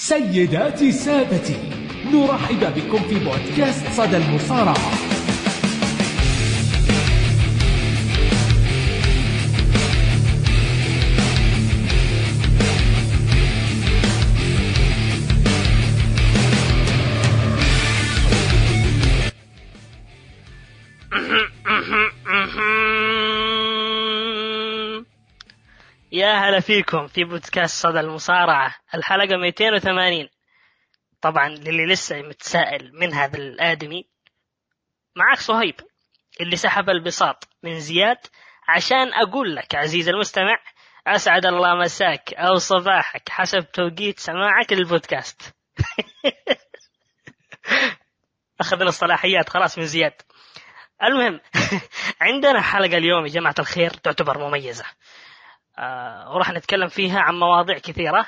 سيداتي سادتي، نرحب بكم في بودكاست صدى المصارعة. يا هلا فيكم في بودكاست صدى المصارعة الحلقة 280. طبعا للي لسه متسائل من هذا الآدمي، معك صهيب اللي سحب البساط من زياد عشان أقول لك عزيز المستمع أسعد الله مساك أو صباحك حسب توقيت سماعك للبودكاست. أخذنا الصلاحيات خلاص من زياد. المهم عندنا حلقة اليوم يا جماعة الخير تعتبر مميزة، وراح نتكلم فيها عن مواضيع كثيرة،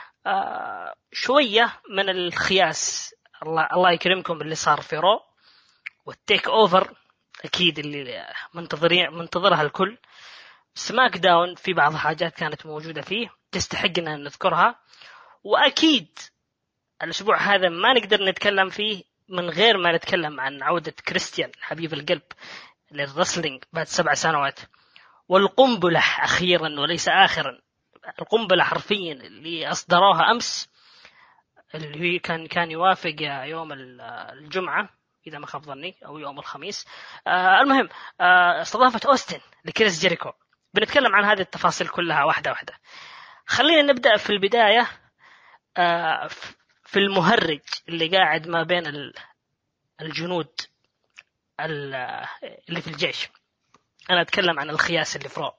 شوية من الخياس الله يكرمكم اللي صار في رو، والتيك أوفر أكيد اللي منتظرها الكل. سماك داون في بعض حاجات كانت موجودة فيه تستحق أن نذكرها، وأكيد الأسبوع هذا ما نقدر نتكلم فيه من غير ما نتكلم عن عودة كريستيان حبيب القلب للرسلينج بعد 7 سنوات، والقنبلة أخيرا وليس آخرا، القنبلة حرفيا اللي أصدروها أمس اللي هي كان يوافق يوم الجمعة إذا ما خاب ظني أو يوم الخميس. المهم استضافة أوستن لكريس جيريكو. بنتكلم عن هذه التفاصيل كلها واحدة واحدة. خلينا نبدأ في البداية في المهرج اللي قاعد ما بين الجنود اللي في الجيش. أنا أتكلم عن الخياس اللي في رو.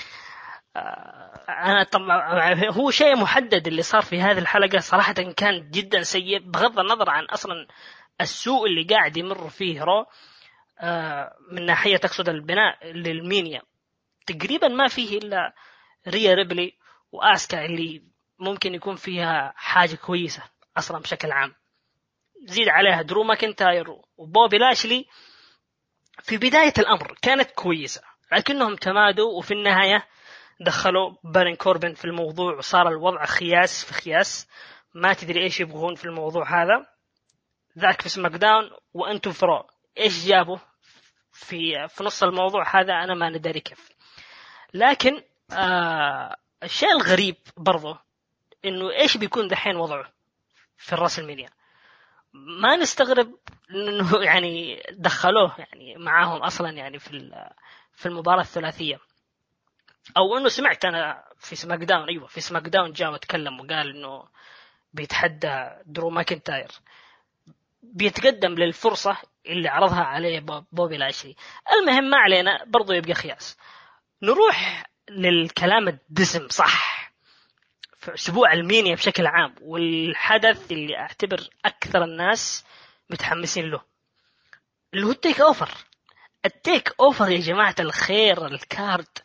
أنا طبعا هو شيء محدد اللي صار في هذه الحلقة صراحة كان جدا سيء، بغض النظر عن أصلا السوء اللي قاعد يمر فيه رو من ناحية تقصد البناء للمينيا. تقريبا ما فيه إلا ريا ريبلي وآسكا اللي ممكن يكون فيها حاجة كويسة أصلا بشكل عام، زيد عليها درو ماكنتاير وبوبي لاشلي. في بداية الأمر كانت كويسة لكنهم تمادوا، وفي النهاية دخلوا بارين كوربن في الموضوع وصار الوضع خياس في خياس، ما تدري إيش يبغون في الموضوع هذا. ذاك في سماك داون وأنتم في رو إيش جابوا في نص الموضوع هذا، أنا ما ندري كيف. لكن الشيء الغريب برضو إنه إيش بيكون دحين وضعه في الراس المينيا. ما نستغرب إنه يعني دخلوه يعني معاهم أصلا يعني في المباراة الثلاثية، أو إنه سمعت أنا في سماك داون، أيوة في سماك داون جاء وتكلم وقال إنه بيتحدى درو ماكنتاير، بيتقدم للفرصة اللي عرضها عليه بوبي لاشلي. المهم ما علينا، برضو يبقى خياس. نروح للكلام الدسم صح في أسبوع المينيا بشكل عام، والحدث اللي أعتبر أكثر الناس متحمسين له اللي هو التيك أوفر. التيك أوفر يا جماعة الخير، الكارت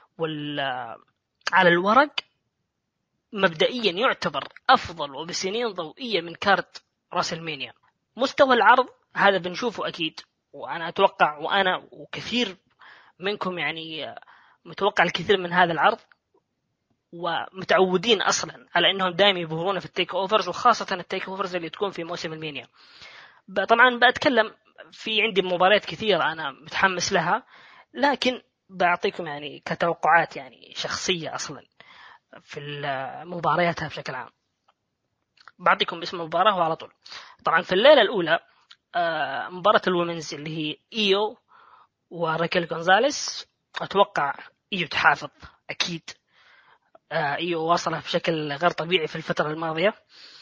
على الورق مبدئيا يعتبر أفضل وبسنين ضوئية من كارت راس المينيا. مستوى العرض هذا بنشوفه أكيد، وأنا أتوقع وأنا وكثير منكم يعني متوقع الكثير من هذا العرض، ومتعودين أصلا على أنهم دائما يظهرون في التيك أوفرز، وخاصة التيك أوفرز اللي تكون في موسم المينيا. طبعا بأتكلم في عندي مباريات كثيرة أنا متحمس لها، لكن بعطيكم يعني كتوقعات يعني شخصية أصلا في مبارياتها بشكل عام. بعطيكم اسم المباراة وعلى طول. طبعا في الليلة الأولى مباراة الومنز اللي هي إيو وريكيل غونزاليس. أتوقع إيو تحافظ أكيد. إيو واصلة بشكل غير طبيعي في الفترة الماضية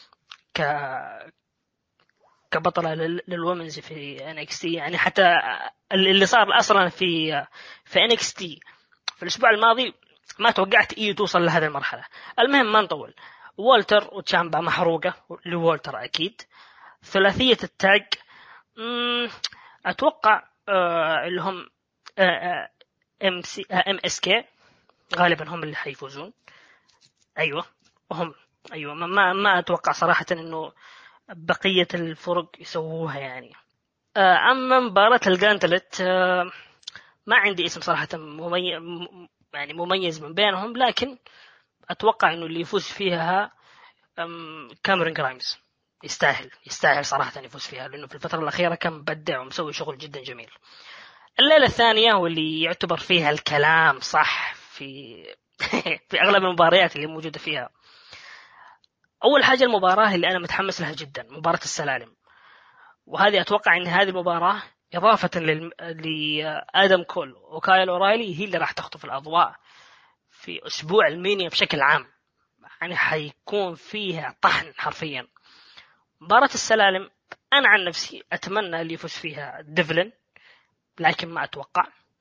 كبطلة للومنز في NXT. يعني حتى اللي صار أصلا في NXT في الأسبوع الماضي ما توقعت إيو توصل لهذه المرحلة. المهم ما نطول، وولتر وتشامبا محروقة لوولتر أكيد. ثلاثية التاج أتوقع اللي هم MSK غالبا هم اللي حيفوزون. أيوة وهم أيوة ما أتوقع صراحة إنه بقية الفرق يسووها يعني. أما مباراة الجانتلت ما عندي اسم صراحة مميز من بينهم، لكن أتوقع إنه اللي يفوز فيها كاميرون جرايمز يستاهل صراحة يفوز فيها، لأنه في الفترة الأخيرة كان مبدع ومسوي شغل جدا جميل. الليلة الثانية واللي يعتبر فيها الكلام صح في في أغلب المباريات اللي موجودة فيها. أول حاجة المباراة اللي أنا متحمس لها جدا، مباراة السلالم، وهذه أتوقع أن هذه المباراة إضافة لآدم كول وكايل أورايلي هي اللي راح تخطف الأضواء في أسبوع المانيا بشكل عام. يعني حيكون فيها طحن حرفيا. مباراة السلالم أنا عن نفسي أتمنى اللي يفوز فيها ديفلن، لكن ما أتوقع.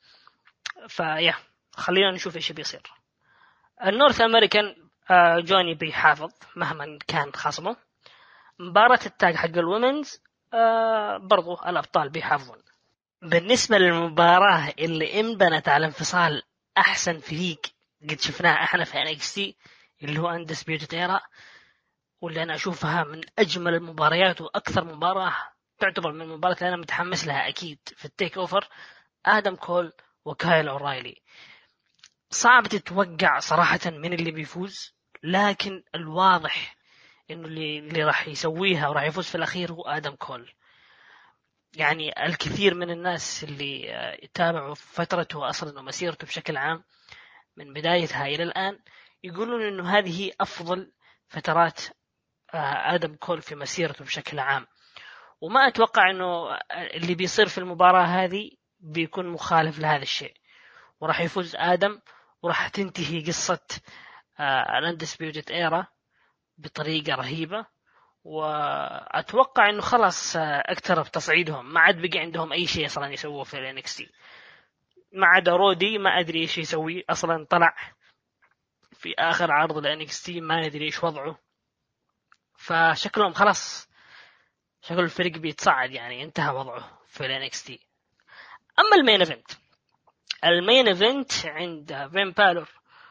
خلينا نشوف إيش بيصير. النورث أمريكان جوني بيحافظ مهما كان خصمه. مباراة التاج حق الومنز برضو الأبطال بيحافظون. بالنسبة للمباراة اللي انبنت على انفصال أحسن فريق قد شفناه احنا في NXT اللي هو Undisputed Era، واللي أنا أشوفها من أجمل المباريات وأكثر مباراة تعتبر من المباريات اللي أنا متحمس لها أكيد في التيك أوفر، آدم كول وكايل أورايلي. صعب تتوقع صراحة من اللي بيفوز، لكن الواضح إنه اللي راح يسويها وراح يفوز في الأخير هو آدم كول. يعني الكثير من الناس اللي يتابعوا فترته أصلا ومسيرته بشكل عام من بدايتها إلى الآن يقولون إنه هذه أفضل فترات آدم كول في مسيرته بشكل عام، وما أتوقع إنه اللي بيصير في المباراة هذه بيكون مخالف لهذا الشيء، وراح يفوز آدم وراح تنتهي قصة الأندسبيوتد إيرا بطريقة رهيبة. وأتوقع إنه خلاص اقترب تصعيدهم، ما عاد بقي عندهم أي شيء أصلا يسووه في NXT، ما عدا رودي ما أدري إيش يسوي أصلا، طلع في آخر عرض NXT ما ندري إيش وضعه. فشكلهم خلاص شكل الفريق بيتصعد، يعني انتهى وضعه في NXT. أما المين ايفنت عند فين بالور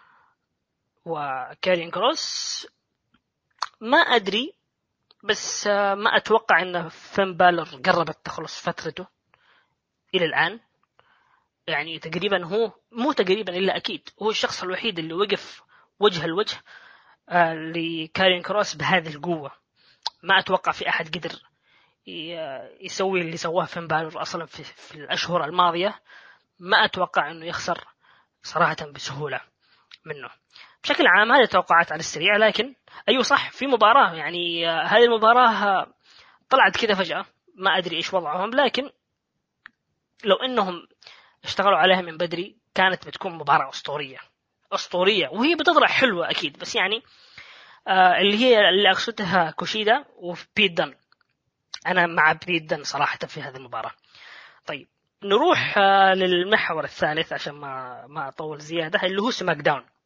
وكارين كروس، ما أدري، بس ما أتوقع أن فين بالور قربت تخلص فترته إلى الآن. يعني تقريبا هو مو تقريبا إلا أكيد هو الشخص الوحيد اللي وقف وجه الوجه لكارين كروس بهذه القوة. ما أتوقع في أحد قدر يسوي اللي سواه فين بالور أصلا في الأشهر الماضية. ما أتوقع أنه يخسر صراحة بسهولة منه. بشكل عام هذه توقعات على السريع، لكن أيوة صح في مباراة، يعني هذه المباراة طلعت كذا فجأة ما أدري إيش وضعهم، لكن لو إنهم اشتغلوا عليها من بدري كانت بتكون مباراة أسطورية وهي بتطلع حلوة أكيد. بس يعني اللي أقصدها كوشيدا وبيت دن، أنا مع بيت دن صراحة في هذه المباراة. طيب نروح للمحور الثالث عشان ما أطول زيادة، اللي هو سماك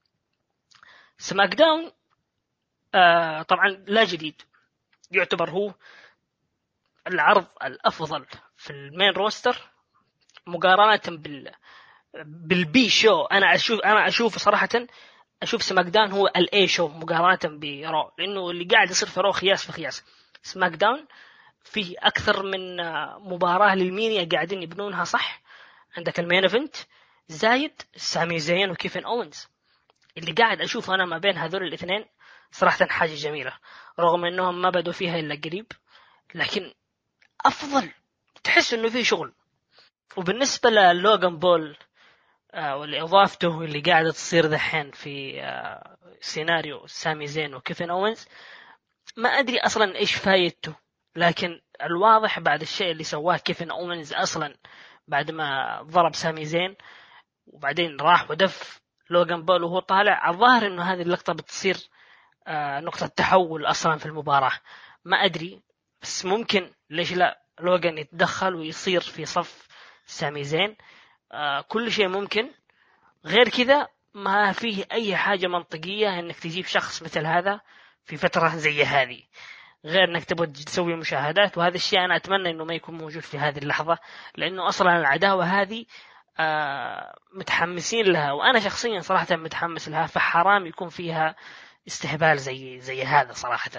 داون. طبعا لا جديد، يعتبر هو العرض الأفضل في المين روستر مقارنة بالبي شو. أنا أشوف صراحة أشوف سماك داون هو الأي شو مقارنة برو، لأنه اللي قاعد يصير في رو خياس. سماك داون فيه أكثر من مباراة للمينيا قاعدين يبنونها صح. عندك المين ايفنت زايد سامي زين وكيفن أوينز، اللي قاعد أشوف أنا ما بين هذول الاثنين صراحة حاجة جميلة، رغم أنهم ما بدوا فيها إلا قريب، لكن أفضل، تحس أنه فيه شغل. وبالنسبة للوغان بول واللي إضافته اللي قاعدة تصير ذحين في سيناريو سامي زين وكيفن أوينز، ما أدري أصلا إيش فايدته، لكن الواضح بعد الشيء اللي سواه كيفن أوينز أصلا بعد ما ضرب سامي زين وبعدين راح ودف لوغان بول وهو طالع، الظاهر إنه هذه اللقطة بتصير نقطة تحول أصلا في المباراة. ما أدري، بس ممكن ليش لا لوغان يتدخل ويصير في صف سامي زين. كل شيء ممكن. غير كذا ما فيه أي حاجة منطقية إنك تجيب شخص مثل هذا في فترة زي هذه، غير إنك تبغى تسوي مشاهدات. وهذا الشيء أنا أتمنى إنه ما يكون موجود في هذه اللحظة، لأنه أصلا العداوة هذه متحمسين لها، وأنا شخصيا صراحة متحمس لها، فحرام يكون فيها استهبال زي هذا صراحة.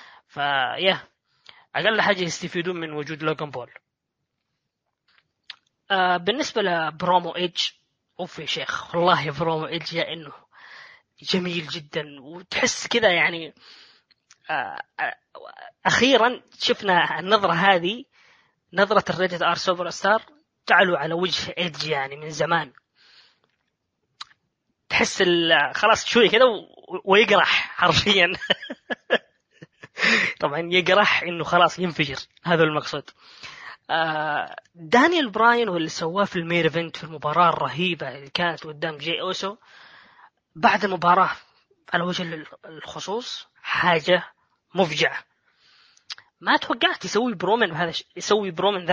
أقل حاجة يستفيدون من وجود لوغان بول. بالنسبة لبرومو إيدج، يا شيخ والله برومو إيدج إنه جميل جدا، وتحس كذا يعني أخيرا شفنا النظرة هذه، نظرة الريتد آر سوبر ستار جعلوا على وجه إيدج يعني من زمان. تحس خلاص شوي كده ويقرح حرفيا. طبعا يقرح إنه خلاص ينفجر، هذا المقصود. دانيال براين واللي سواه في المير إيفنت في المباراة الرهيبة اللي كانت قدام جي أوسو بعد المباراة على وجه الخصوص حاجة مفجعة. ما توقعت يسوي برومن بهذا يسوي برومن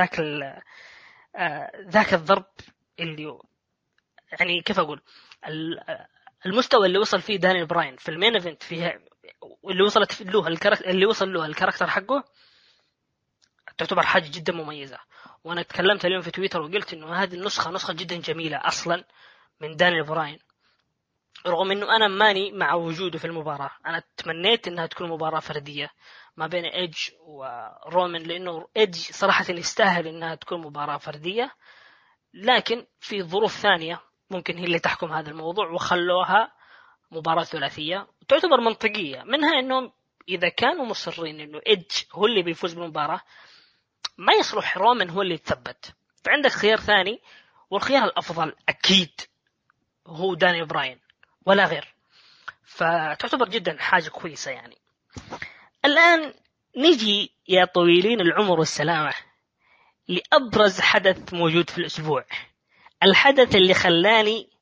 ذاك الضرب اللي يعني كيف أقول المستوى اللي وصل فيه دانيال براين في المين إيفنت فيها، اللي وصلت له اللي وصل له الكاركتر حقه، تعتبر حاجة جدا مميزة. وأنا تكلمت اليوم في تويتر وقلت إنه هذه نسخة جدا جميلة أصلا من دانيال براين، رغم إنه أنا ماني مع وجوده في المباراة. أنا تمنيت إنها تكون مباراة فردية ما بين إيدج ورومان، لأنه إيدج صراحة يستاهل إنها تكون مباراة فردية، لكن في ظروف ثانية ممكن هي اللي تحكم هذا الموضوع وخلوها مباراة ثلاثية تعتبر منطقية. منها إنه إذا كانوا مصرين إنه إيدج هو اللي بيفوز بالمباراة، ما يصلح رومان هو اللي يتثبت، فعندك خيار ثاني، والخيار الأفضل أكيد هو داني براين ولا غير. فتعتبر جدا حاجة كويسة يعني. الآن نجي يا طويلين العمر والسلامة لأبرز حدث موجود في الأسبوع، الحدث اللي خلاني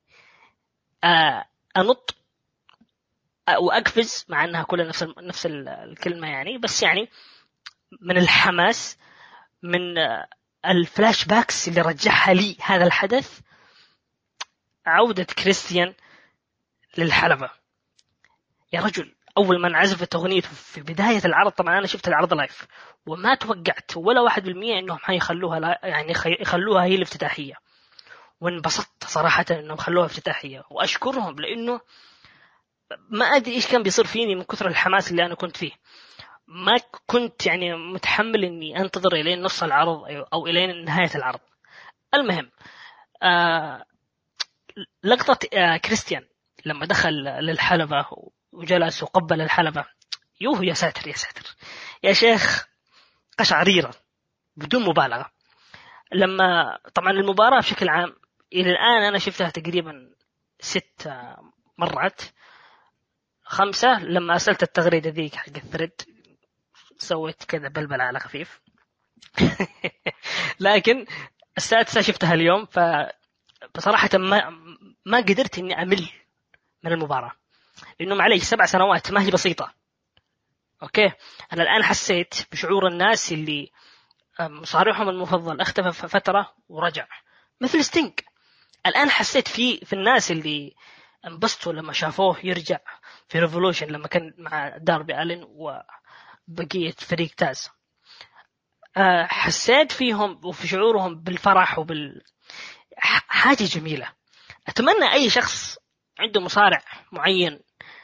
أنط وأقفز، مع أنها كلها نفس الكلمة يعني، بس يعني من الحماس، من الفلاش باكس اللي رجعها لي هذا الحدث، عودة كريستيان للحلبة. يا رجل أول ما انعزفت أغنيته في بداية العرض، طبعا أنا شفت العرض لايف وما توقعت ولا 1% إنهم حيخلوها يعني يخلوها هي الافتتاحية، وانبسطت صراحة إنهم خلوها افتتاحية، وأشكرهم لأنه ما أدري إيش كان بيصير فيني من كثر الحماس اللي أنا كنت فيه. ما كنت يعني متحمل إني أنتظر إلين نص العرض أو إلين نهاية العرض. المهم لقطة كريستيان لما دخل للحلبة وجلس وقبل الحلبة، يوه يا ساتر يا ساتر يا شيخ، قشعريرة بدون مبالغة. لما طبعا المباراة بشكل عام إلى الآن أنا شفتها تقريبا 6 مرات 5. لما أرسلت التغريدة ذيك حق الثريد سويت كذا بلبل على خفيف. لكن السادسة شفتها اليوم، فبصراحة ما قدرت إني أمل من المباراة، لأنه معليش 7 سنوات ما هي بسيطة. أوكي، أنا الآن حسيت بشعور الناس اللي مصارعهم المفضل اختفى فترة ورجع مثل ستينج. الآن حسيت في الناس اللي انبسطوا لما شافوه يرجع في ريفولوشن لما كان مع داربي ألين وبقية فريق تاز. حسيت فيهم وفي شعورهم بالفرح حاجة جميلة. أتمنى أي شخص عنده مصارع معين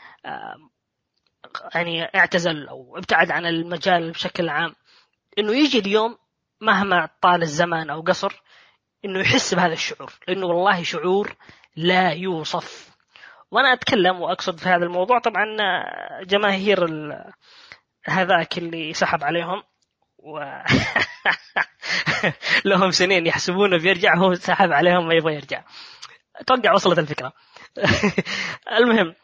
يعني اعتزل أو ابتعد عن المجال بشكل عام، إنه يجي اليوم مهما طال الزمان أو قصر إنه يحس بهذا الشعور، لأنه والله شعور لا يوصف. وأنا أتكلم وأقصد في هذا الموضوع طبعا جماهير هذاك اللي سحب عليهم لهم سنين يحسبونه بيرجع، هو سحب عليهم ما يبغى يرجع. أتوقع وصلت الفكرة. المهم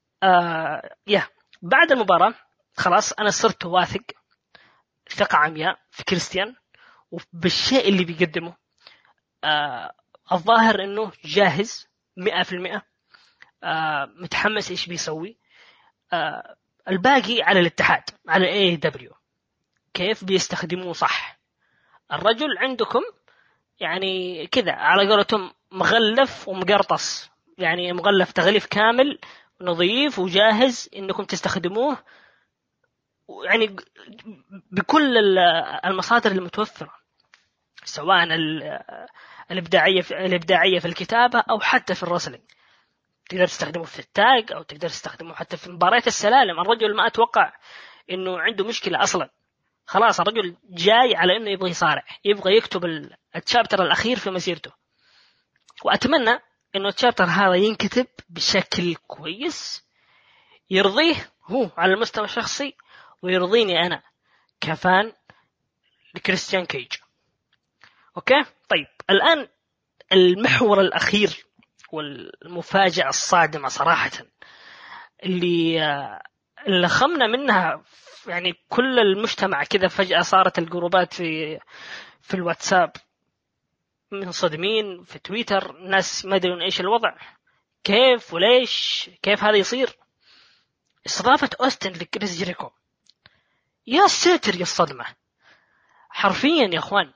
بعد المباراة خلاص أنا صرت واثق ثقة عمياء في كريستيان وبالشيء اللي بيقدمه. الظاهر إنه جاهز 100%، متحمس إيش بيسوي. الباقي على الاتحاد، على AEW كيف بيستخدموه صح. الرجل عندكم يعني كذا على قولتهم مغلف ومقرطس، يعني مغلف تغليف كامل نظيف وجاهز إنكم تستخدموه يعني بكل المصادر المتوفرة، سواء الإبداعية في الكتابة أو حتى في الرسلينج. تقدر تستخدمه في التاج أو تقدر تستخدمه حتى في مباريات السلالم. الرجل ما أتوقع إنه عنده مشكلة أصلا، خلاص الرجل جاي على إنه يبغى يصارع، يبغى يكتب الشابتر الأخير في مسيرته. وأتمنى إنه الشابتر هذا ينكتب بشكل كويس يرضيه هو على المستوى الشخصي ويرضيني أنا كفان لكريستيان كيج. أوكي طيب الآن المحور الأخير والمفاجأة الصادمة صراحة اللي خمنا منها يعني كل المجتمع كذا فجأة صارت الجروبات في الواتساب منصدمين، في تويتر ناس ما يدرون إيش الوضع، كيف وليش، كيف هذا يصير. استضافة أوستن لكريس جيريكو، يا ساتر يا الصدمة حرفيا يا أخوان.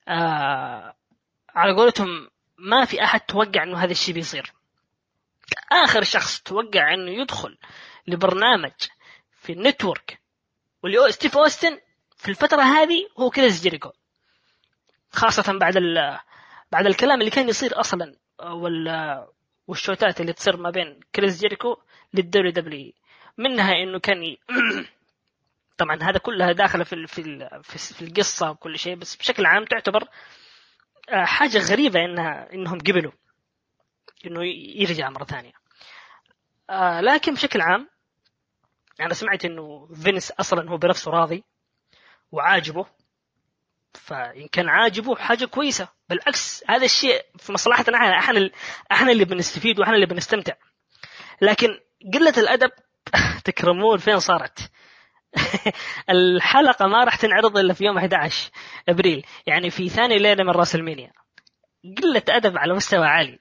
على قولتهم ما في أحد توقع أنه هذا الشيء بيصير. آخر شخص توقع أنه يدخل لبرنامج في النتورك ستيف أوستن في الفترة هذه هو كريس جيريكو، خاصة بعد الكلام اللي كان يصير أصلا والشوتات اللي تصير ما بين كريس جيريكو للدوري دبليو، منها إنه كان طبعا هذا كلها داخله في القصة وكل شيء، بس بشكل عام تعتبر حاجة غريبة إنهم قبلوا إنه يرجع مرة ثانية. لكن بشكل عام أنا سمعت إنه فينس أصلا هو بنفسه راضي وعاجبه، فإن كان عاجبه حاجة كويسة، بالعكس هذا الشيء في مصلحتنا احنا اللي بنستفيد واحنا اللي بنستمتع. لكن قلة الأدب تكرمون فين صارت؟ الحلقة ما راح تنعرض إلا في يوم 11 أبريل، يعني في ثاني ليلة من راس المينيا. قلة أدب على مستوى عالي.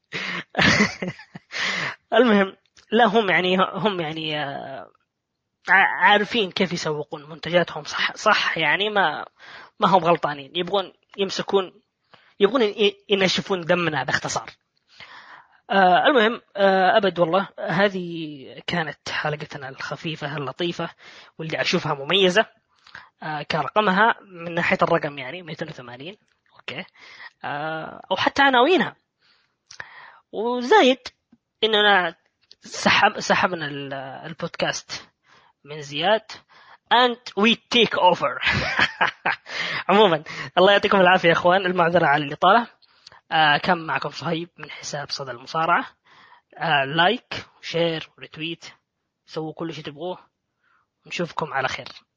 المهم لا هم يعني عارفين كيف يسوقون منتجاتهم صح يعني ما هم غلطانين، يبغون ينشفون دمنا باختصار. المهم أبد والله هذه كانت حلقتنا الخفيفة اللطيفة واللي أشوفها مميزة كرقمها من ناحية الرقم يعني 280 أوكي، أو حتى عناوينها. وزايد إننا سحبنا البودكاست من زياد and we take over. عموما الله يعطيكم العافية يا أخوان، المعذرة على الإطالة. كان معكم صهيب من حساب صدى المصارعة. لايك وشير وريتويت، سووا كل شيء تبغوه، نشوفكم على خير.